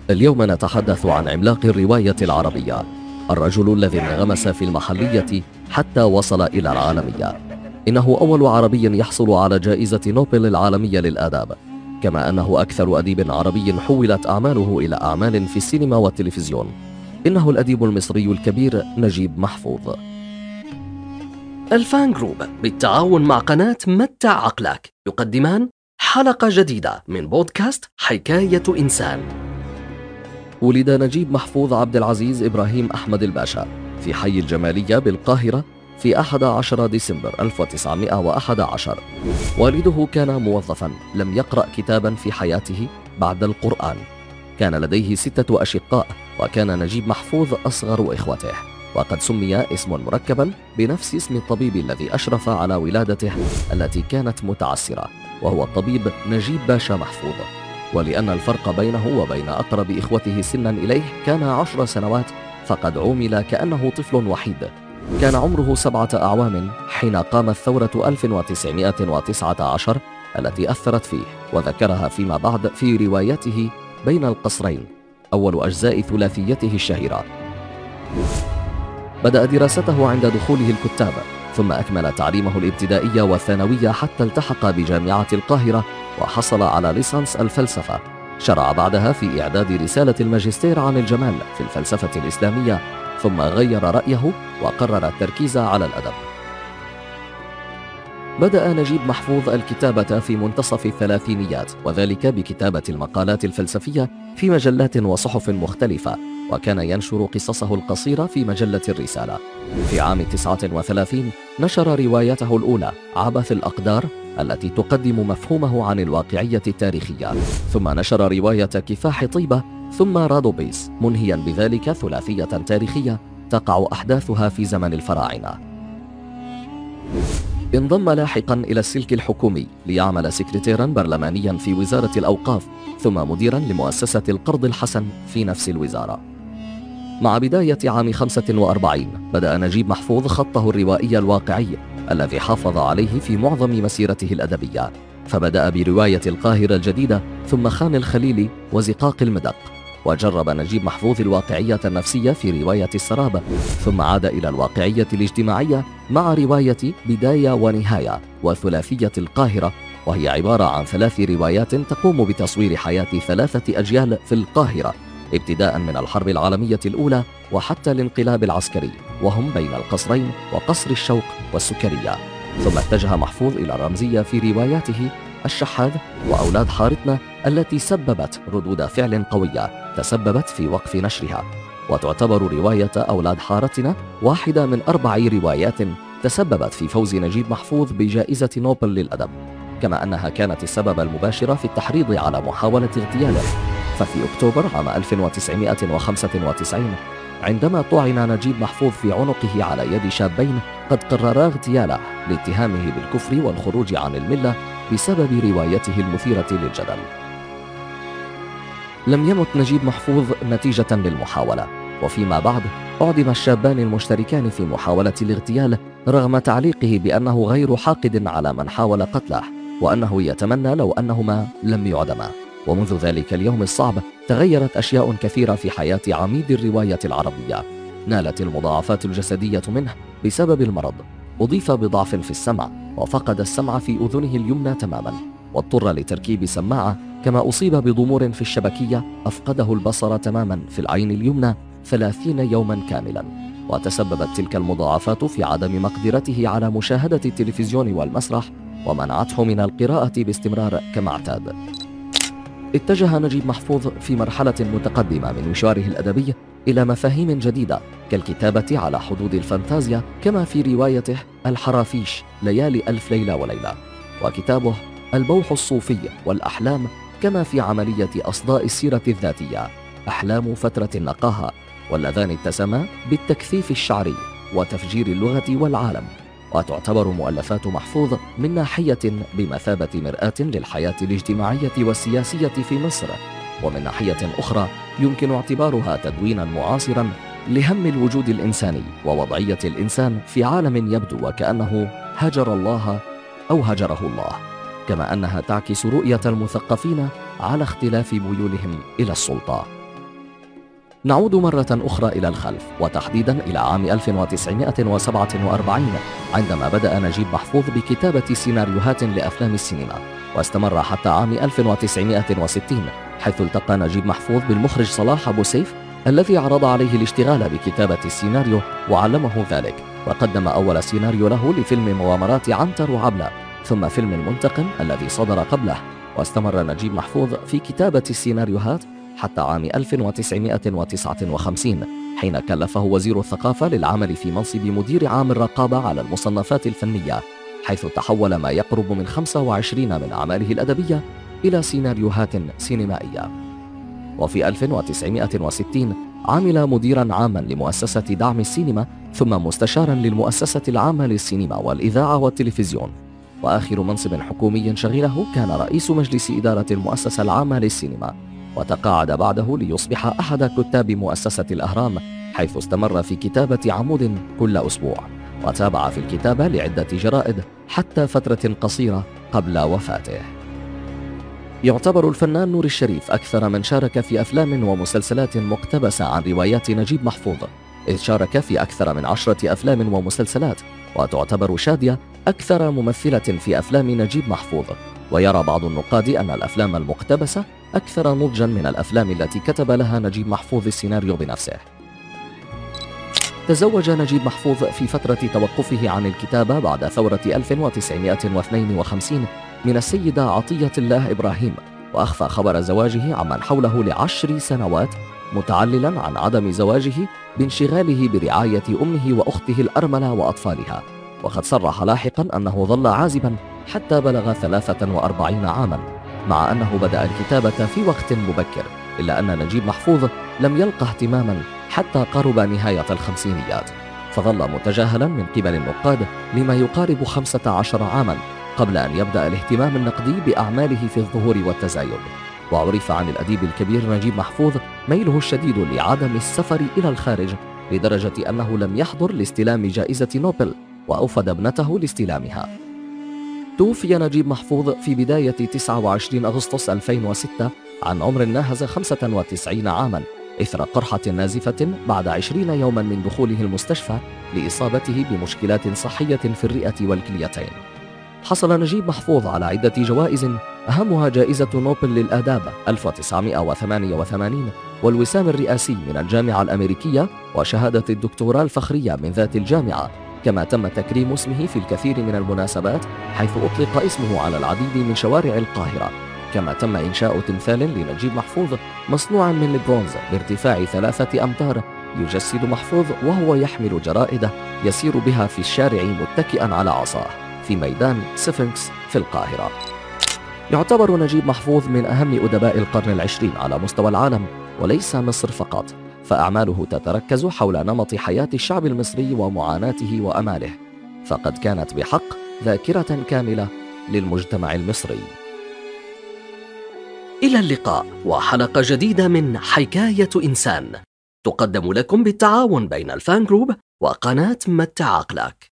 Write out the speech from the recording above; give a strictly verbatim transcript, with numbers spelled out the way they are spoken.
اليوم نتحدث عن عملاق الرواية العربية، الرجل الذي انغمس في المحلية حتى وصل إلى العالمية. إنه أول عربي يحصل على جائزة نوبل العالمية للآداب، كما أنه أكثر أديب عربي حولت أعماله إلى أعمال في السينما والتلفزيون. إنه الأديب المصري الكبير نجيب محفوظ. الفان جروب بالتعاون مع قناة متع عقلك يقدمان حلقة جديدة من بودكاست حكاية إنسان. ولد نجيب محفوظ عبد العزيز إبراهيم أحمد الباشا في حي الجمالية بالقاهرة في أحد عشر ديسمبر ألف وتسعمائة وأحد عشر. والده كان موظفا لم يقرأ كتابا في حياته بعد القرآن. كان لديه ستة أشقاء، وكان نجيب محفوظ أصغر إخوته، وقد سمي اسما مركبا بنفس اسم الطبيب الذي أشرف على ولادته التي كانت متعسرة، وهو الطبيب نجيب باشا محفوظ. ولأن الفرق بينه وبين أقرب إخوته سنا إليه كان عشر سنوات، فقد عُمل كأنه طفل وحيد. كان عمره سبعة أعوام حين قامت ثورة ألف وتسعمائة وتسعة عشر التي أثرت فيه، وذكرها فيما بعد في روايته بين القصرين، أول أجزاء ثلاثيته الشهيرة. بدأ دراسته عند دخوله الكتاب، ثم أكمل تعليمه الابتدائية والثانوية حتى التحق بجامعة القاهرة وحصل على ليسانس الفلسفة. شرع بعدها في إعداد رسالة الماجستير عن الجمال في الفلسفة الإسلامية، ثم غير رأيه وقرر التركيز على الأدب. بدأ نجيب محفوظ الكتابة في منتصف الثلاثينيات، وذلك بكتابة المقالات الفلسفية في مجلات وصحف مختلفة، وكان ينشر قصصه القصيرة في مجلة الرسالة. في عام تسعة وثلاثين نشر روايته الأولى عبث الأقدار التي تقدم مفهومه عن الواقعية التاريخية، ثم نشر رواية كفاح طيبة، ثم رادوبيس، منهيا بذلك ثلاثية تاريخية تقع أحداثها في زمن الفراعنة. انضم لاحقا إلى السلك الحكومي ليعمل سكرتيرا برلمانيا في وزارة الأوقاف، ثم مديرا لمؤسسة القرض الحسن في نفس الوزارة. مع بداية عام خمسة وأربعين بدأ نجيب محفوظ خطه الروائي الواقعي الذي حافظ عليه في معظم مسيرته الأدبية، فبدأ برواية القاهرة الجديدة، ثم خان الخليل وزقاق المدق. وجرب نجيب محفوظ الواقعية النفسية في رواية السراب، ثم عاد إلى الواقعية الاجتماعية مع رواية بداية ونهاية وثلاثية القاهرة، وهي عبارة عن ثلاث روايات تقوم بتصوير حياة ثلاثة أجيال في القاهرة، ابتداء من الحرب العالمية الأولى وحتى الانقلاب العسكري، وهم بين القصرين وقصر الشوق والسكرية. ثم اتجه محفوظ إلى الرمزية في رواياته الشحاذ وأولاد حارتنا، التي سببت ردود فعل قوية تسببت في وقف نشرها. وتعتبر رواية أولاد حارتنا واحدة من أربع روايات تسببت في فوز نجيب محفوظ بجائزة نوبل للأدب، كما أنها كانت السبب المباشر في التحريض على محاولة اغتياله. ففي أكتوبر عام ألف وتسعمائة وخمسة وتسعين عندما طعن نجيب محفوظ في عنقه على يد شابين قد قررا اغتياله لاتهامه بالكفر والخروج عن الملة بسبب روايته المثيرة للجدل. لم يمت نجيب محفوظ نتيجة للمحاولة، وفيما بعد أعدم الشابان المشتركان في محاولة الاغتيال رغم تعليقه بأنه غير حاقد على من حاول قتله، وأنه يتمنى لو أنهما لم يعدما. ومنذ ذلك اليوم الصعب تغيرت أشياء كثيرة في حياة عميد الرواية العربية. نالت المضاعفات الجسدية منه بسبب المرض، أضيف بضعف في السمع، وفقد السمع في أذنه اليمنى تماما، واضطر لتركيب سماعة، كما أصيب بضمور في الشبكية أفقده البصر تماما في العين اليمنى ثلاثين يوما كاملا. وتسببت تلك المضاعفات في عدم مقدرته على مشاهدة التلفزيون والمسرح، ومنعته من القراءة باستمرار كما اعتاد. اتجه نجيب محفوظ في مرحلة متقدمة من مشواره الأدبي إلى مفاهيم جديدة كالكتابة على حدود الفانتازيا، كما في روايته الحرافيش ليالي ألف ليلة وليلة، وكتابه البوح الصوفي والأحلام، كما في عملية أصداء السيرة الذاتية أحلام فترة النقاهة، واللذان اتسما بالتكثيف الشعري وتفجير اللغة والعالم. وتعتبر مؤلفات محفوظ من ناحية بمثابة مرآة للحياة الاجتماعية والسياسية في مصر، ومن ناحية أخرى يمكن اعتبارها تدوينا معاصرا لهم الوجود الإنساني ووضعية الإنسان في عالم يبدو وكأنه هجر الله أو هجره الله، كما أنها تعكس رؤية المثقفين على اختلاف ميولهم إلى السلطة. نعود مرة أخرى إلى الخلف، وتحديدا إلى عام ألف وتسعمائة وسبعة وأربعين، عندما بدأ نجيب محفوظ بكتابة سيناريوهات لأفلام السينما، واستمر حتى عام ألف وتسعمائة وستين، حيث التقى نجيب محفوظ بالمخرج صلاح أبو سيف الذي عرض عليه الاشتغال بكتابة السيناريو وعلمه ذلك، وقدم أول سيناريو له لفيلم مغامرات عنتر وعبلة، ثم فيلم المنتقم الذي صدر قبله. واستمر نجيب محفوظ في كتابة السيناريوهات حتى عام ألف وتسعمائة وتسعة وخمسين، حين كلفه وزير الثقافة للعمل في منصب مدير عام الرقابة على المصنفات الفنية، حيث تحول ما يقرب من خمسة وعشرين من أعماله الأدبية إلى سيناريوهات سينمائية. وفي ألف وتسعمائة وستين عمل مديرا عاما لمؤسسة دعم السينما، ثم مستشارا للمؤسسة العامة للسينما والإذاعة والتلفزيون. وآخر منصب حكومي شغله كان رئيس مجلس إدارة المؤسسة العامة للسينما، وتقاعد بعده ليصبح أحد كتاب مؤسسة الأهرام، حيث استمر في كتابة عمود كل أسبوع، وتابع في الكتابة لعدة جرائد حتى فترة قصيرة قبل وفاته. يعتبر الفنان نور الشريف أكثر من شارك في أفلام ومسلسلات مقتبسة عن روايات نجيب محفوظ، إذ شارك في أكثر من عشرة أفلام ومسلسلات، وتعتبر شادية أكثر ممثلة في أفلام نجيب محفوظ. ويرى بعض النقاد أن الأفلام المقتبسة أكثر نضجا من الأفلام التي كتب لها نجيب محفوظ السيناريو بنفسه. تزوج نجيب محفوظ في فترة توقفه عن الكتابة بعد ثورة ألف وتسعمائة واثنين وخمسين من السيدة عطية الله إبراهيم، وأخفى خبر زواجه عمن حوله لعشر سنوات، متعللا عن عدم زواجه بانشغاله برعاية أمه وأخته الأرملة وأطفالها. وقد صرح لاحقا أنه ظل عازبا حتى بلغ ثلاثة وأربعين عاما، مع أنه بدأ الكتابة في وقت مبكر، إلا أن نجيب محفوظ لم يلقى اهتماما حتى قرب نهاية الخمسينيات، فظل متجاهلا من قبل النقاد لما يقارب خمسة عشر عاما قبل أن يبدأ الاهتمام النقدي بأعماله في الظهور والتزايد. وعرف عن الأديب الكبير نجيب محفوظ ميله الشديد لعدم السفر إلى الخارج، لدرجة أنه لم يحضر لاستلام جائزة نوبل، وأوفد ابنته لاستلامها. توفي نجيب محفوظ في بداية تسعة وعشرين أغسطس ألفين وستة عن عمر ناهز خمسة وتسعين عاما، إثر قرحة نازفة بعد عشرين يوما من دخوله المستشفى لإصابته بمشكلات صحية في الرئة والكليتين. حصل نجيب محفوظ على عدة جوائز، أهمها جائزة نوبل للآداب ألف وتسعمائة وثمانية وثمانين، والوسام الرئاسي من الجامعة الأمريكية، وشهادة الدكتوراه الفخرية من ذات الجامعة. كما تم تكريم اسمه في الكثير من المناسبات، حيث أطلق اسمه على العديد من شوارع القاهرة. كما تم إنشاء تمثال لنجيب محفوظ مصنوعا من البرونز بارتفاع ثلاثة أمتار، يجسد محفوظ وهو يحمل جرائده يسير بها في الشارع متكئا على عصاه في ميدان سفنكس في القاهرة. يعتبر نجيب محفوظ من أهم أدباء القرن العشرين على مستوى العالم، وليس مصر فقط، فأعماله تتركز حول نمط حياة الشعب المصري ومعاناته وأماله، فقد كانت بحق ذاكرة كاملة للمجتمع المصري. إلى اللقاء وحلقة جديدة من حكاية إنسان، تقدم لكم بالتعاون بين الفان جروب وقناة متع عقلك.